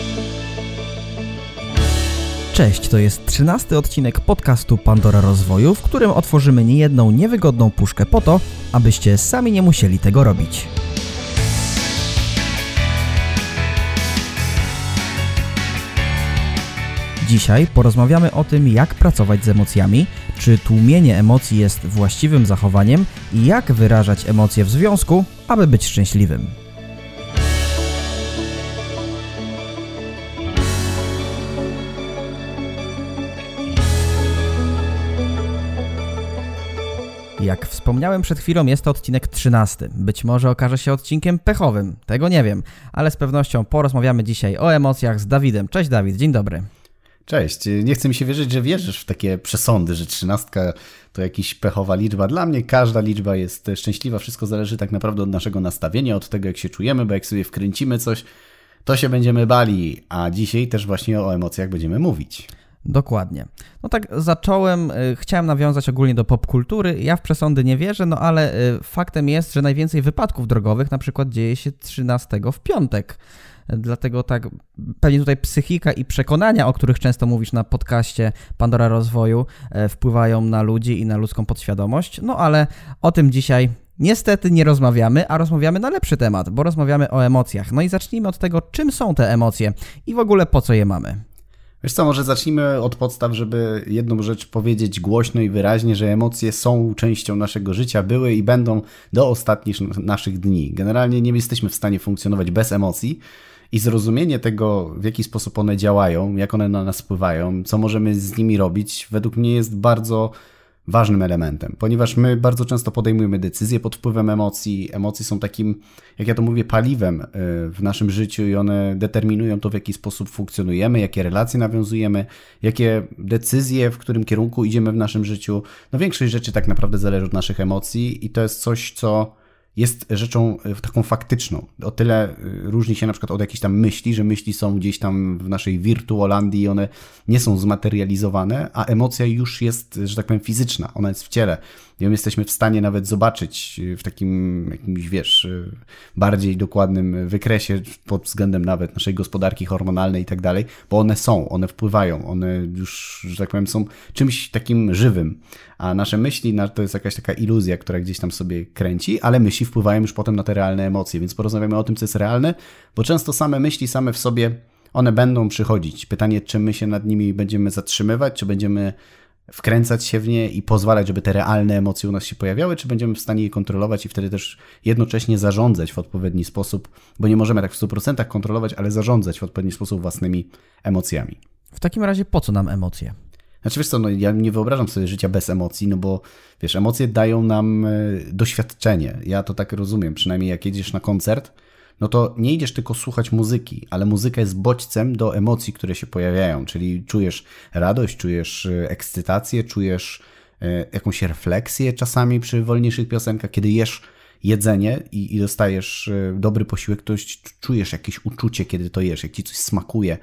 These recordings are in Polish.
Cześć, to jest 13. odcinek podcastu Pandora Rozwoju, w którym otworzymy niejedną niewygodną puszkę po to, abyście sami nie musieli tego robić. Dzisiaj porozmawiamy o tym, jak pracować z emocjami, czy tłumienie emocji jest właściwym zachowaniem i jak wyrażać emocje w związku, aby być szczęśliwym. Jak wspomniałem przed chwilą, jest to odcinek 13. Być może okaże się odcinkiem pechowym, tego nie wiem, ale z pewnością porozmawiamy dzisiaj o emocjach z Dawidem. Cześć Dawid, dzień dobry. Cześć, nie chce mi się wierzyć, że wierzysz w takie przesądy, że 13 to jakaś pechowa liczba. Dla mnie każda liczba jest szczęśliwa, wszystko zależy tak naprawdę od naszego nastawienia, od tego jak się czujemy, bo jak sobie wkręcimy coś, to się będziemy bali, a dzisiaj też właśnie o emocjach będziemy mówić. Dokładnie. No tak zacząłem, chciałem nawiązać ogólnie do popkultury. Ja w przesądy nie wierzę, no ale faktem jest, że najwięcej wypadków drogowych na przykład dzieje się 13 w piątek. Dlatego tak pewnie tutaj psychika i przekonania, o których często mówisz na podcaście Pandora Rozwoju, wpływają na ludzi i na ludzką podświadomość. No ale o tym dzisiaj niestety nie rozmawiamy, a rozmawiamy na lepszy temat, bo rozmawiamy o emocjach. No i zacznijmy od tego, czym są te emocje i w ogóle po co je mamy. Wiesz co, może zacznijmy od podstaw, żeby jedną rzecz powiedzieć głośno i wyraźnie, że emocje są częścią naszego życia, były i będą do ostatnich naszych dni. Generalnie nie jesteśmy w stanie funkcjonować bez emocji i zrozumienie tego, w jaki sposób one działają, jak one na nas wpływają, co możemy z nimi robić, według mnie jest bardzo ważnym elementem, ponieważ my bardzo często podejmujemy decyzje pod wpływem emocji. Emocje są takim, jak ja to mówię, paliwem w naszym życiu i one determinują to, w jaki sposób funkcjonujemy, jakie relacje nawiązujemy, jakie decyzje, w którym kierunku idziemy w naszym życiu. No większość rzeczy tak naprawdę zależy od naszych emocji i to jest coś, co jest rzeczą taką faktyczną. O tyle różni się na przykład od jakichś tam myśli, że myśli są gdzieś tam w naszej wirtuolandii i one nie są zmaterializowane, a emocja już jest, że tak powiem, fizyczna. Ona jest w ciele. I ją jesteśmy w stanie nawet zobaczyć w takim jakimś, wiesz, bardziej dokładnym wykresie pod względem nawet naszej gospodarki hormonalnej i tak dalej, bo one są, one wpływają, one już, że tak powiem, są czymś takim żywym. A nasze myśli to jest jakaś taka iluzja, która gdzieś tam sobie kręci, ale myśli wpływają już potem na te realne emocje, więc porozmawiamy o tym, co jest realne, bo często same myśli, same w sobie, one będą przychodzić. Pytanie, czy my się nad nimi będziemy zatrzymywać, czy będziemy wkręcać się w nie i pozwalać, żeby te realne emocje u nas się pojawiały, czy będziemy w stanie je kontrolować i wtedy też jednocześnie zarządzać w odpowiedni sposób, bo nie możemy tak w 100% kontrolować, ale zarządzać w odpowiedni sposób własnymi emocjami. W takim razie po co nam emocje? Znaczy wiesz co, no ja nie wyobrażam sobie życia bez emocji, no bo wiesz, emocje dają nam doświadczenie. Ja to tak rozumiem, przynajmniej jak jedziesz na koncert, no to nie idziesz tylko słuchać muzyki, ale muzyka jest bodźcem do emocji, które się pojawiają, czyli czujesz radość, czujesz ekscytację, czujesz jakąś refleksję czasami przy wolniejszych piosenkach, kiedy jesz jedzenie i dostajesz dobry posiłek, to czujesz jakieś uczucie, kiedy to jesz, jak ci coś smakuje.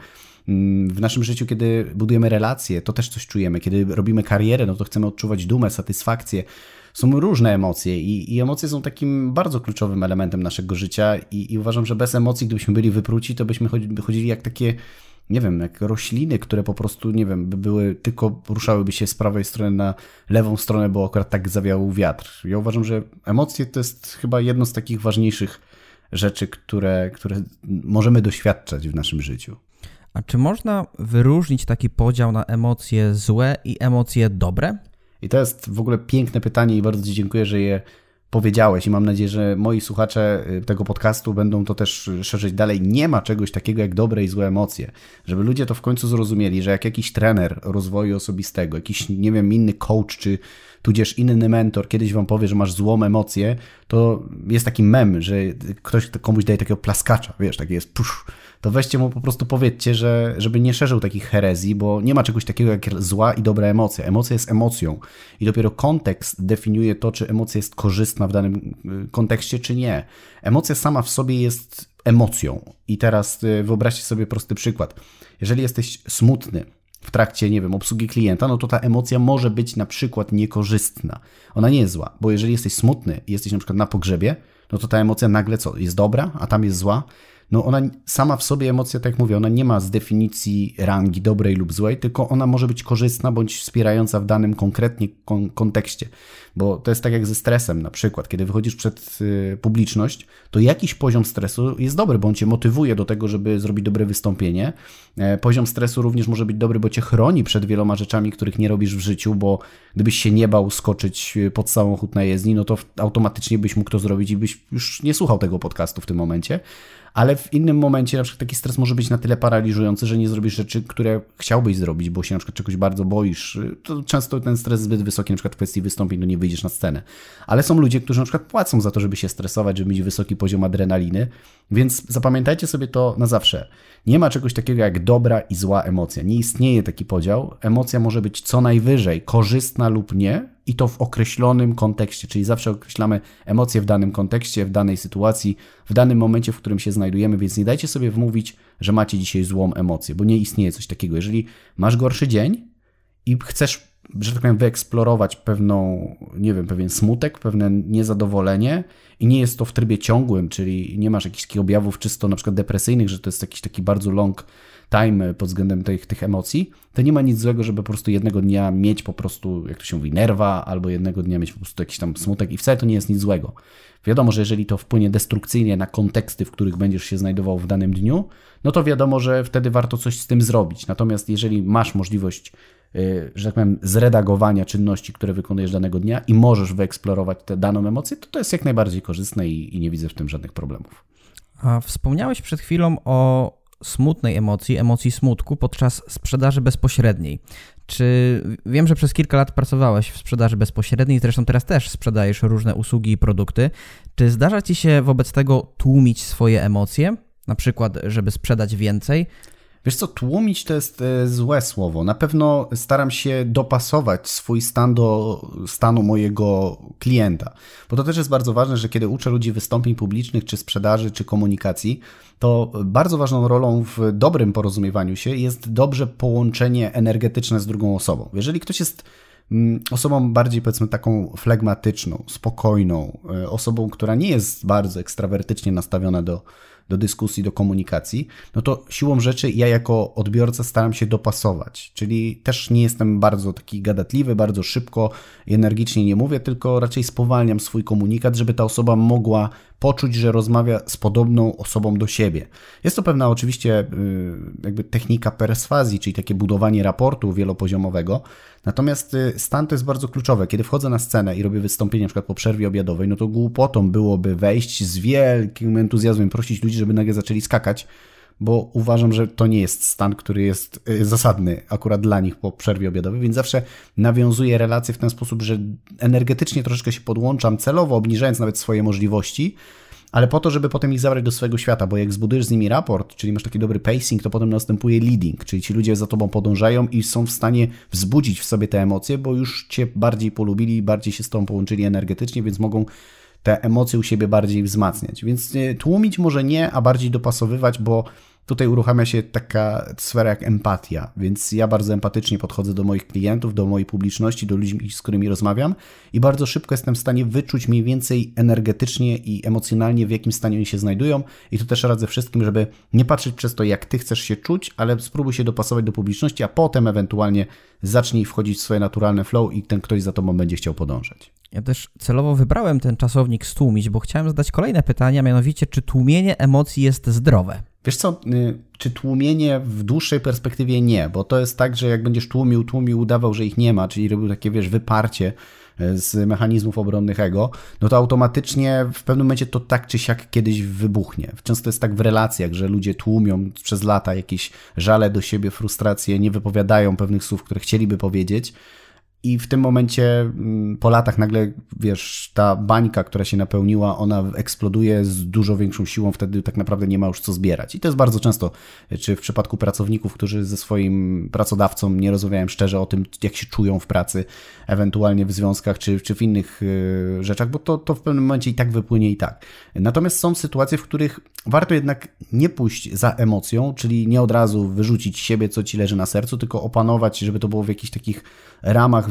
W naszym życiu, kiedy budujemy relacje, to też coś czujemy. Kiedy robimy karierę, no to chcemy odczuwać dumę, satysfakcję. Są różne emocje i emocje są takim bardzo kluczowym elementem naszego życia i uważam, że bez emocji, gdybyśmy byli wypruci, to byśmy chodzili jak takie, nie wiem, jak rośliny, które po prostu, nie wiem, tylko ruszałyby się z prawej strony na lewą stronę, bo akurat tak zawiał wiatr. Ja uważam, że emocje to jest chyba jedno z takich ważniejszych rzeczy, które możemy doświadczać w naszym życiu. A czy można wyróżnić taki podział na emocje złe i emocje dobre? I to jest w ogóle piękne pytanie i bardzo Ci dziękuję, że je powiedziałeś i mam nadzieję, że moi słuchacze tego podcastu będą to też szerzyć dalej. Nie ma czegoś takiego jak dobre i złe emocje. Żeby ludzie to w końcu zrozumieli, że jak jakiś trener rozwoju osobistego, jakiś, nie wiem, inny coach czy tudzież inny mentor kiedyś wam powie, że masz złą emocję, to jest taki mem, że ktoś komuś daje takiego plaskacza, wiesz, taki jest pusz. To weźcie mu po prostu powiedzcie, żeby nie szerzył takich herezji, bo nie ma czegoś takiego jak zła i dobra emocja. Emocja jest emocją i dopiero kontekst definiuje to, czy emocja jest korzystna w danym kontekście, czy nie. Emocja sama w sobie jest emocją. I teraz wyobraźcie sobie prosty przykład. Jeżeli jesteś smutny w trakcie, nie wiem, obsługi klienta, no to ta emocja może być na przykład niekorzystna. Ona nie jest zła, bo jeżeli jesteś smutny i jesteś na przykład na pogrzebie, no to ta emocja nagle co? Jest dobra, a tam jest zła? no ona sama w sobie emocja, tak jak mówię, ona nie ma z definicji rangi dobrej lub złej, tylko ona może być korzystna bądź wspierająca w danym konkretnie kontekście. Bo to jest tak jak ze stresem na przykład. Kiedy wychodzisz przed publiczność, to jakiś poziom stresu jest dobry, bo on cię motywuje do tego, żeby zrobić dobre wystąpienie. Poziom stresu również może być dobry, bo cię chroni przed wieloma rzeczami, których nie robisz w życiu, bo gdybyś się nie bał skoczyć pod samochód na jezdni, no to automatycznie byś mógł to zrobić i byś już nie słuchał tego podcastu w tym momencie. Ale w innym momencie na przykład taki stres może być na tyle paraliżujący, że nie zrobisz rzeczy, które chciałbyś zrobić, bo się na przykład czegoś bardzo boisz. To często ten stres jest zbyt wysoki, na przykład w kwestii wystąpień, no nie wyjdziesz na scenę. Ale są ludzie, którzy na przykład płacą za to, żeby się stresować, żeby mieć wysoki poziom adrenaliny, więc zapamiętajcie sobie to na zawsze. Nie ma czegoś takiego jak dobra i zła emocja. Nie istnieje taki podział. Emocja może być co najwyżej korzystna lub nie i to w określonym kontekście, czyli zawsze określamy emocje w danym kontekście, w danej sytuacji, w danym momencie, w którym się znajdujemy, więc nie dajcie sobie wmówić, że macie dzisiaj złą emocję, bo nie istnieje coś takiego. Jeżeli masz gorszy dzień i chcesz, że tak powiem, wyeksplorować pewien smutek, pewne niezadowolenie i nie jest to w trybie ciągłym, czyli nie masz jakichś takich objawów czysto na przykład depresyjnych, że to jest jakiś taki bardzo long time pod względem tych emocji, to nie ma nic złego, żeby po prostu jednego dnia mieć po prostu, jak to się mówi, nerwa, albo jednego dnia mieć po prostu jakiś tam smutek i wcale to nie jest nic złego. Wiadomo, że jeżeli to wpłynie destrukcyjnie na konteksty, w których będziesz się znajdował w danym dniu, no to wiadomo, że wtedy warto coś z tym zrobić. Natomiast jeżeli masz możliwość, że tak powiem, zredagowania czynności, które wykonujesz danego dnia i możesz wyeksplorować tę daną emocję, to jest jak najbardziej korzystne i nie widzę w tym żadnych problemów. A wspomniałeś przed chwilą o smutnej emocji smutku podczas sprzedaży bezpośredniej. Czy wiem, że przez kilka lat pracowałeś w sprzedaży bezpośredniej, zresztą teraz też sprzedajesz różne usługi i produkty. Czy zdarza ci się wobec tego tłumić swoje emocje, na przykład, żeby sprzedać więcej? Wiesz co, tłumić to jest złe słowo. Na pewno staram się dopasować swój stan do stanu mojego klienta. Bo to też jest bardzo ważne, że kiedy uczę ludzi wystąpień publicznych, czy sprzedaży, czy komunikacji, to bardzo ważną rolą w dobrym porozumiewaniu się jest dobrze połączenie energetyczne z drugą osobą. Jeżeli ktoś jest osobą bardziej, powiedzmy, taką flegmatyczną, spokojną, osobą, która nie jest bardzo ekstrawertycznie nastawiona do dyskusji, do komunikacji, no to siłą rzeczy ja jako odbiorca staram się dopasować, czyli też nie jestem bardzo taki gadatliwy, bardzo szybko i energicznie nie mówię, tylko raczej spowalniam swój komunikat, żeby ta osoba mogła poczuć, że rozmawia z podobną osobą do siebie. Jest to pewna oczywiście jakby technika perswazji, czyli takie budowanie raportu wielopoziomowego, natomiast stan to jest bardzo kluczowe. Kiedy wchodzę na scenę i robię wystąpienie na przykład po przerwie obiadowej, no to głupotą byłoby wejść z wielkim entuzjazmem, prosić ludzi, żeby nagle zaczęli skakać, bo uważam, że to nie jest stan, który jest zasadny akurat dla nich po przerwie obiadowej, więc zawsze nawiązuję relacje w ten sposób, że energetycznie troszeczkę się podłączam, celowo obniżając nawet swoje możliwości, ale po to, żeby potem ich zabrać do swojego świata, bo jak zbudujesz z nimi raport, czyli masz taki dobry pacing, to potem następuje leading, czyli ci ludzie za tobą podążają i są w stanie wzbudzić w sobie te emocje, bo już cię bardziej polubili, bardziej się z tobą połączyli energetycznie, więc mogą te emocje u siebie bardziej wzmacniać. Więc tłumić może nie, a bardziej dopasowywać, bo tutaj uruchamia się taka sfera jak empatia, więc ja bardzo empatycznie podchodzę do moich klientów, do mojej publiczności, do ludzi, z którymi rozmawiam i bardzo szybko jestem w stanie wyczuć mniej więcej energetycznie i emocjonalnie, w jakim stanie oni się znajdują i to też radzę wszystkim, żeby nie patrzeć przez to, jak ty chcesz się czuć, ale spróbuj się dopasować do publiczności, a potem ewentualnie zacznij wchodzić w swoje naturalne flow i ten ktoś za tobą będzie chciał podążać. Ja też celowo wybrałem ten czasownik stłumić, bo chciałem zadać kolejne pytania, mianowicie czy tłumienie emocji jest zdrowe? Wiesz co, czy tłumienie w dłuższej perspektywie nie, bo to jest tak, że jak będziesz tłumił, udawał, że ich nie ma, czyli robił takie, wyparcie z mechanizmów obronnych ego, no to automatycznie w pewnym momencie to tak czy siak kiedyś wybuchnie. Często jest tak w relacjach, że ludzie tłumią przez lata jakieś żale do siebie, frustracje, nie wypowiadają pewnych słów, które chcieliby powiedzieć. I w tym momencie po latach nagle, wiesz, ta bańka, która się napełniła, ona eksploduje z dużo większą siłą, wtedy tak naprawdę nie ma już co zbierać. I to jest bardzo często, czy w przypadku pracowników, którzy ze swoim pracodawcą nie rozmawiają szczerze o tym, jak się czują w pracy, ewentualnie w związkach, czy w innych rzeczach, bo to w pewnym momencie i tak wypłynie i tak. Natomiast są sytuacje, w których warto jednak nie pójść za emocją, czyli nie od razu wyrzucić siebie, co ci leży na sercu, tylko opanować, żeby to było w jakichś takich ramach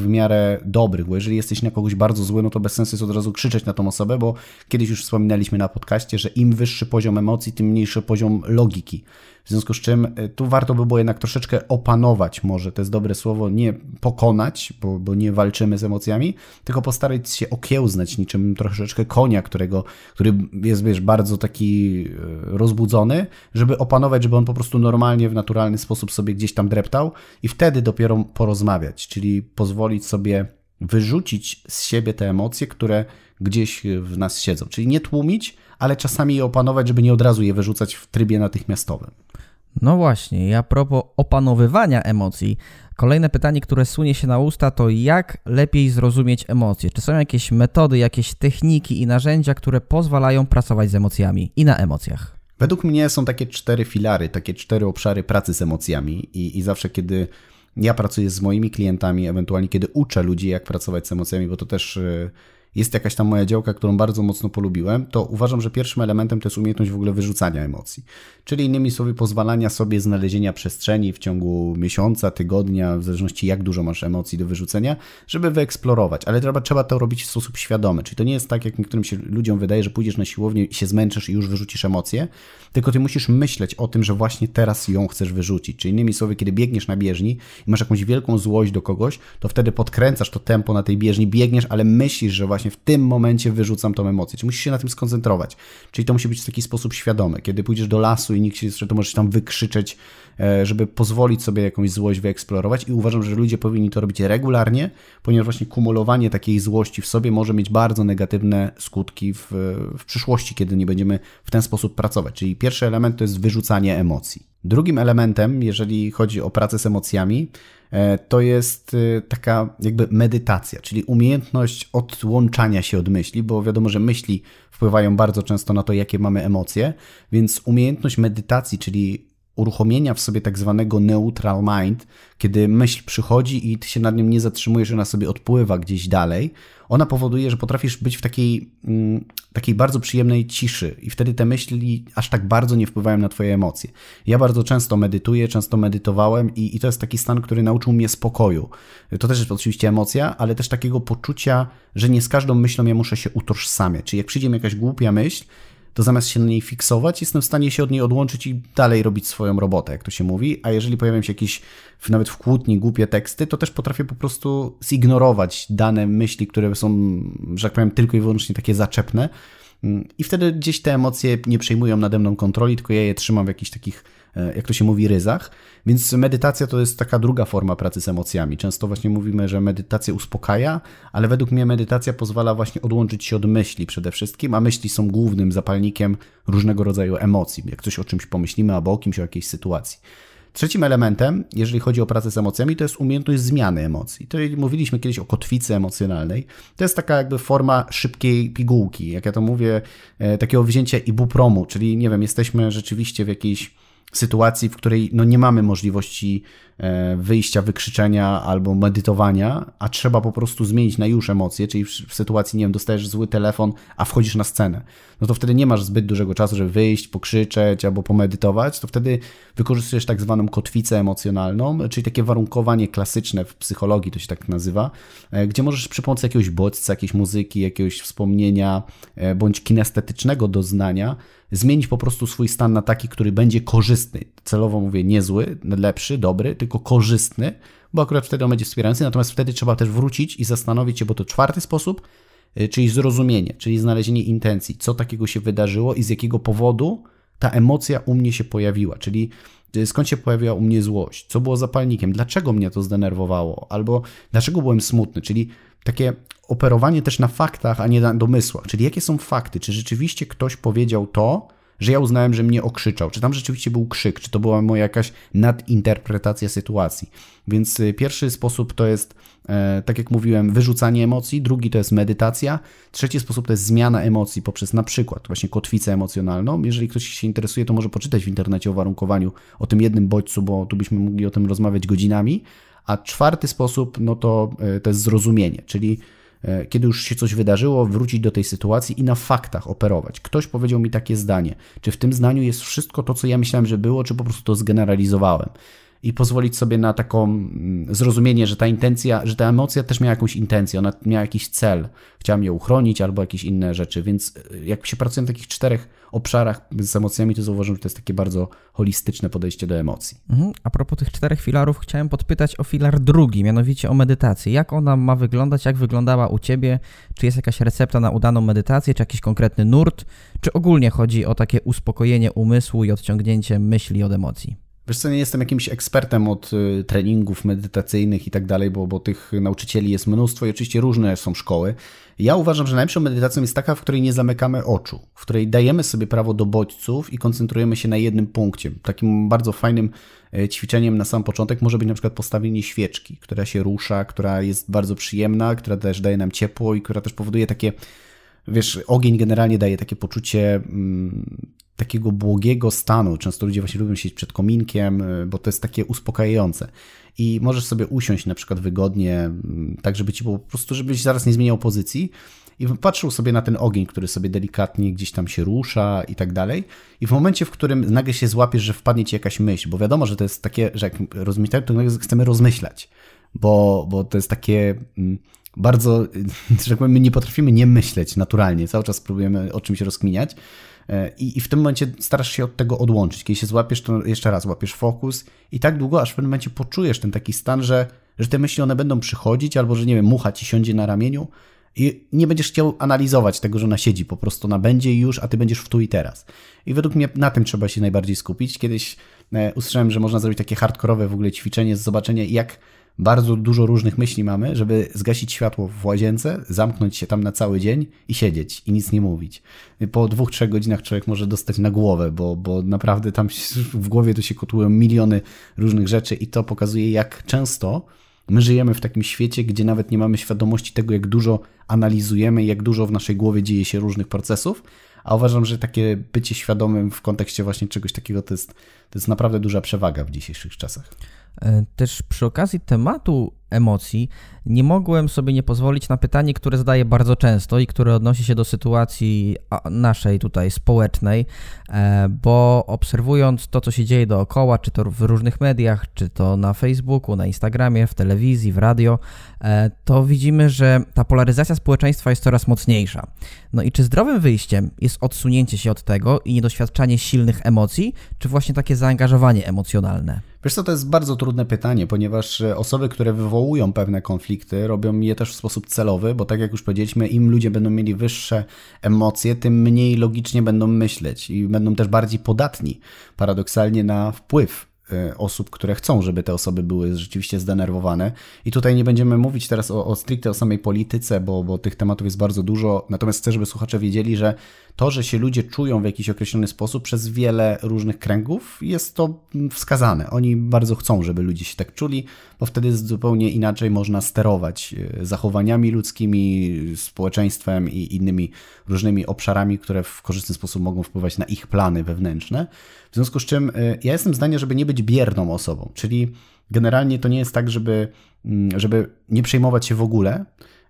w miarę dobrych, bo jeżeli jesteś na kogoś bardzo zły, no to bez sensu jest od razu krzyczeć na tą osobę, bo kiedyś już wspominaliśmy na podcaście, że im wyższy poziom emocji, tym mniejszy poziom logiki. W związku z czym tu warto by było jednak troszeczkę opanować, może to jest dobre słowo, nie pokonać, bo nie walczymy z emocjami, tylko postarać się okiełznać niczym troszeczkę konia, który jest, wiesz, bardzo taki rozbudzony, żeby opanować, żeby on po prostu normalnie, w naturalny sposób sobie gdzieś tam dreptał i wtedy dopiero porozmawiać, czyli pozwolić sobie wyrzucić z siebie te emocje, które gdzieś w nas siedzą. Czyli nie tłumić, ale czasami je opanować, żeby nie od razu je wyrzucać w trybie natychmiastowym. No właśnie, i a propos opanowywania emocji, kolejne pytanie, które sunie się na usta, to jak lepiej zrozumieć emocje? Czy są jakieś metody, jakieś techniki i narzędzia, które pozwalają pracować z emocjami i na emocjach? Według mnie są takie 4 filary, takie 4 obszary pracy z emocjami i zawsze kiedy ja pracuję z moimi klientami, ewentualnie kiedy uczę ludzi, jak pracować z emocjami, bo to też jest jakaś tam moja działka, którą bardzo mocno polubiłem, to uważam, że pierwszym elementem to jest umiejętność w ogóle wyrzucania emocji. Czyli innymi słowy pozwalania sobie znalezienia przestrzeni w ciągu miesiąca, tygodnia, w zależności jak dużo masz emocji do wyrzucenia, żeby wyeksplorować. Ale trzeba to robić w sposób świadomy. Czyli to nie jest tak, jak niektórym się ludziom wydaje, że pójdziesz na siłownię i się zmęczysz i już wyrzucisz emocje, tylko ty musisz myśleć o tym, że właśnie teraz ją chcesz wyrzucić. Czyli innymi słowy, kiedy biegniesz na bieżni i masz jakąś wielką złość do kogoś, to wtedy podkręcasz to tempo na tej bieżni, biegniesz, ale myślisz, że właśnie w tym momencie wyrzucam tą emocję. Czyli musisz się na tym skoncentrować. Czyli to musi być w taki sposób świadomy. Kiedy pójdziesz do lasu i nikt się jeszcze, to możesz tam wykrzyczeć, żeby pozwolić sobie jakąś złość wyeksplorować i uważam, że ludzie powinni to robić regularnie, ponieważ właśnie kumulowanie takiej złości w sobie może mieć bardzo negatywne skutki w przyszłości, kiedy nie będziemy w ten sposób pracować. Czyli pierwszy element to jest wyrzucanie emocji. Drugim elementem, jeżeli chodzi o pracę z emocjami, to jest taka jakby medytacja, czyli umiejętność odłączania się od myśli, bo wiadomo, że myśli wpływają bardzo często na to, jakie mamy emocje, więc umiejętność medytacji, czyli uruchomienia w sobie tak zwanego neutral mind, kiedy myśl przychodzi i ty się nad nią nie zatrzymujesz, ona sobie odpływa gdzieś dalej, ona powoduje, że potrafisz być w takiej bardzo przyjemnej ciszy i wtedy te myśli aż tak bardzo nie wpływają na twoje emocje. Ja bardzo często medytuję, często medytowałem i to jest taki stan, który nauczył mnie spokoju. To też jest oczywiście emocja, ale też takiego poczucia, że nie z każdą myślą ja muszę się utożsamiać. Czyli jak przyjdzie mi jakaś głupia myśl, to zamiast się na niej fiksować, jestem w stanie się od niej odłączyć i dalej robić swoją robotę, jak to się mówi, a jeżeli pojawiają się jakieś nawet w kłótni głupie teksty, to też potrafię po prostu zignorować dane myśli, które są, że tak powiem, tylko i wyłącznie takie zaczepne i wtedy gdzieś te emocje nie przejmują nade mną kontroli, tylko ja je trzymam w jakichś takich, jak to się mówi, ryzach. Więc medytacja to jest taka druga forma pracy z emocjami. Często właśnie mówimy, że medytacja uspokaja, ale według mnie medytacja pozwala właśnie odłączyć się od myśli przede wszystkim, a myśli są głównym zapalnikiem różnego rodzaju emocji. Jak coś o czymś pomyślimy albo o kimś, o jakiejś sytuacji. Trzecim elementem, jeżeli chodzi o pracę z emocjami, to jest umiejętność zmiany emocji. To mówiliśmy kiedyś o kotwicy emocjonalnej. To jest taka jakby forma szybkiej pigułki, jak ja to mówię, takiego wzięcia ibupromu, czyli nie wiem, jesteśmy rzeczywiście w jakiejś sytuacji, w której no nie mamy możliwości wyjścia, wykrzyczenia albo medytowania, a trzeba po prostu zmienić na już emocje, czyli w sytuacji, nie wiem, dostajesz zły telefon, a wchodzisz na scenę. No to wtedy nie masz zbyt dużego czasu, żeby wyjść, pokrzyczeć albo pomedytować, to wtedy wykorzystujesz tak zwaną kotwicę emocjonalną, czyli takie warunkowanie klasyczne w psychologii, to się tak nazywa, gdzie możesz przy pomocy jakiegoś bodźca, jakiejś muzyki, jakiegoś wspomnienia bądź kinestetycznego doznania zmienić po prostu swój stan na taki, który będzie korzystny. Celowo mówię nie zły, lepszy, dobry, tylko korzystny, bo akurat wtedy on będzie wspierający, natomiast wtedy trzeba też wrócić i zastanowić się, bo to czwarty sposób, czyli zrozumienie, czyli znalezienie intencji, co takiego się wydarzyło i z jakiego powodu ta emocja u mnie się pojawiła, czyli skąd się pojawiła u mnie złość, co było zapalnikiem, dlaczego mnie to zdenerwowało, albo dlaczego byłem smutny, czyli takie operowanie też na faktach, a nie na domysłach, czyli jakie są fakty, czy rzeczywiście ktoś powiedział to, że ja uznałem, że mnie okrzyczał, czy tam rzeczywiście był krzyk, czy to była moja jakaś nadinterpretacja sytuacji. Więc pierwszy sposób to jest, tak jak mówiłem, wyrzucanie emocji, drugi to jest medytacja, trzeci sposób to jest zmiana emocji poprzez na przykład właśnie kotwicę emocjonalną. Jeżeli ktoś się interesuje, to może poczytać w internecie o warunkowaniu, o tym jednym bodźcu, bo tu byśmy mogli o tym rozmawiać godzinami. A czwarty sposób, no to jest zrozumienie, czyli kiedy już się coś wydarzyło, wrócić do tej sytuacji i na faktach operować. Ktoś powiedział mi takie zdanie. Czy w tym zdaniu jest wszystko to, co ja myślałem, że było, czy po prostu to zgeneralizowałem? i pozwolić sobie na taką zrozumienie, że ta intencja, że ta emocja też miała jakąś intencję, ona miała jakiś cel. Chciałem ją uchronić albo jakieś inne rzeczy, więc jak się pracuje na takich 4 obszarach z emocjami, to zauważyłem, że to jest takie bardzo holistyczne podejście do emocji. A propos tych 4 filarów, chciałem podpytać o filar drugi, mianowicie o medytację. Jak ona ma wyglądać, jak wyglądała u Ciebie? Czy jest jakaś recepta na udaną medytację, czy jakiś konkretny nurt? Czy ogólnie chodzi o takie uspokojenie umysłu i odciągnięcie myśli od emocji? Wiesz co, nie jestem jakimś ekspertem od treningów medytacyjnych i tak dalej, bo tych nauczycieli jest mnóstwo i oczywiście różne są szkoły. Ja uważam, że najlepszą medytacją jest taka, w której nie zamykamy oczu, w której dajemy sobie prawo do bodźców i koncentrujemy się na jednym punkcie. Takim bardzo fajnym ćwiczeniem na sam początek może być na przykład postawienie świeczki, która się rusza, która jest bardzo przyjemna, która też daje nam ciepło i która też powoduje takie, wiesz, ogień generalnie daje takie poczucie takiego błogiego stanu. Często ludzie właśnie lubią siedzieć przed kominkiem, bo to jest takie uspokajające. I możesz sobie usiąść na przykład wygodnie, tak żeby ci po prostu, żebyś zaraz nie zmieniał pozycji i patrzył sobie na ten ogień, który sobie delikatnie gdzieś tam się rusza i tak dalej. I w momencie, w którym nagle się złapiesz, że wpadnie ci jakaś myśl, bo wiadomo, że to jest takie, że jak rozmyślamy, to nagle chcemy rozmyślać, bo to jest takie bardzo, że tak powiem, my nie potrafimy nie myśleć naturalnie, cały czas próbujemy o czymś rozkminiać. I w tym momencie starasz się od tego odłączyć. Kiedy się złapiesz, to jeszcze raz łapiesz fokus i tak długo, aż w pewnym momencie poczujesz ten taki stan, że te myśli one będą przychodzić, albo że nie wiem, mucha ci siądzie na ramieniu i nie będziesz chciał analizować tego, że ona siedzi, po prostu ona będzie już, a ty będziesz w tu i teraz. I według mnie na tym trzeba się najbardziej skupić. Kiedyś usłyszałem, że można zrobić takie hardkorowe w ogóle ćwiczenie z zobaczenia, jak bardzo dużo różnych myśli mamy, żeby zgasić światło w łazience, zamknąć się tam na cały dzień i siedzieć i nic nie mówić. Po 2-3 godzinach człowiek może dostać na głowę, bo naprawdę tam w głowie to się kotłują miliony różnych rzeczy i to pokazuje, jak często my żyjemy w takim świecie, gdzie nawet nie mamy świadomości tego, jak dużo analizujemy, jak dużo w naszej głowie dzieje się różnych procesów, a uważam, że takie bycie świadomym w kontekście właśnie czegoś takiego to jest naprawdę duża przewaga w dzisiejszych czasach. Też przy okazji tematu emocji nie mogłem sobie nie pozwolić na pytanie, które zadaję bardzo często i które odnosi się do sytuacji naszej tutaj społecznej, bo obserwując to, co się dzieje dookoła, czy to w różnych mediach, czy to na Facebooku, na Instagramie, w telewizji, w radio, to widzimy, że ta polaryzacja społeczeństwa jest coraz mocniejsza. No i czy zdrowym wyjściem jest odsunięcie się od tego i niedoświadczanie silnych emocji, czy właśnie takie zaangażowanie emocjonalne? Wiesz co, to jest bardzo trudne pytanie, ponieważ osoby, które wywołują pewne konflikty, robią je też w sposób celowy, bo tak jak już powiedzieliśmy, im ludzie będą mieli wyższe emocje, tym mniej logicznie będą myśleć i będą też bardziej podatni paradoksalnie na wpływ osób, które chcą, żeby te osoby były rzeczywiście zdenerwowane. I tutaj nie będziemy mówić teraz stricte o samej polityce, bo tych tematów jest bardzo dużo. Natomiast chcę, żeby słuchacze wiedzieli, że to, że się ludzie czują w jakiś określony sposób przez wiele różnych kręgów, jest to wskazane. Oni bardzo chcą, żeby ludzie się tak czuli, bo wtedy zupełnie inaczej można sterować zachowaniami ludzkimi, społeczeństwem i innymi różnymi obszarami, które w korzystny sposób mogą wpływać na ich plany wewnętrzne. W związku z czym ja jestem zdania, żeby nie być bierną osobą, czyli generalnie to nie jest tak, żeby nie przejmować się w ogóle,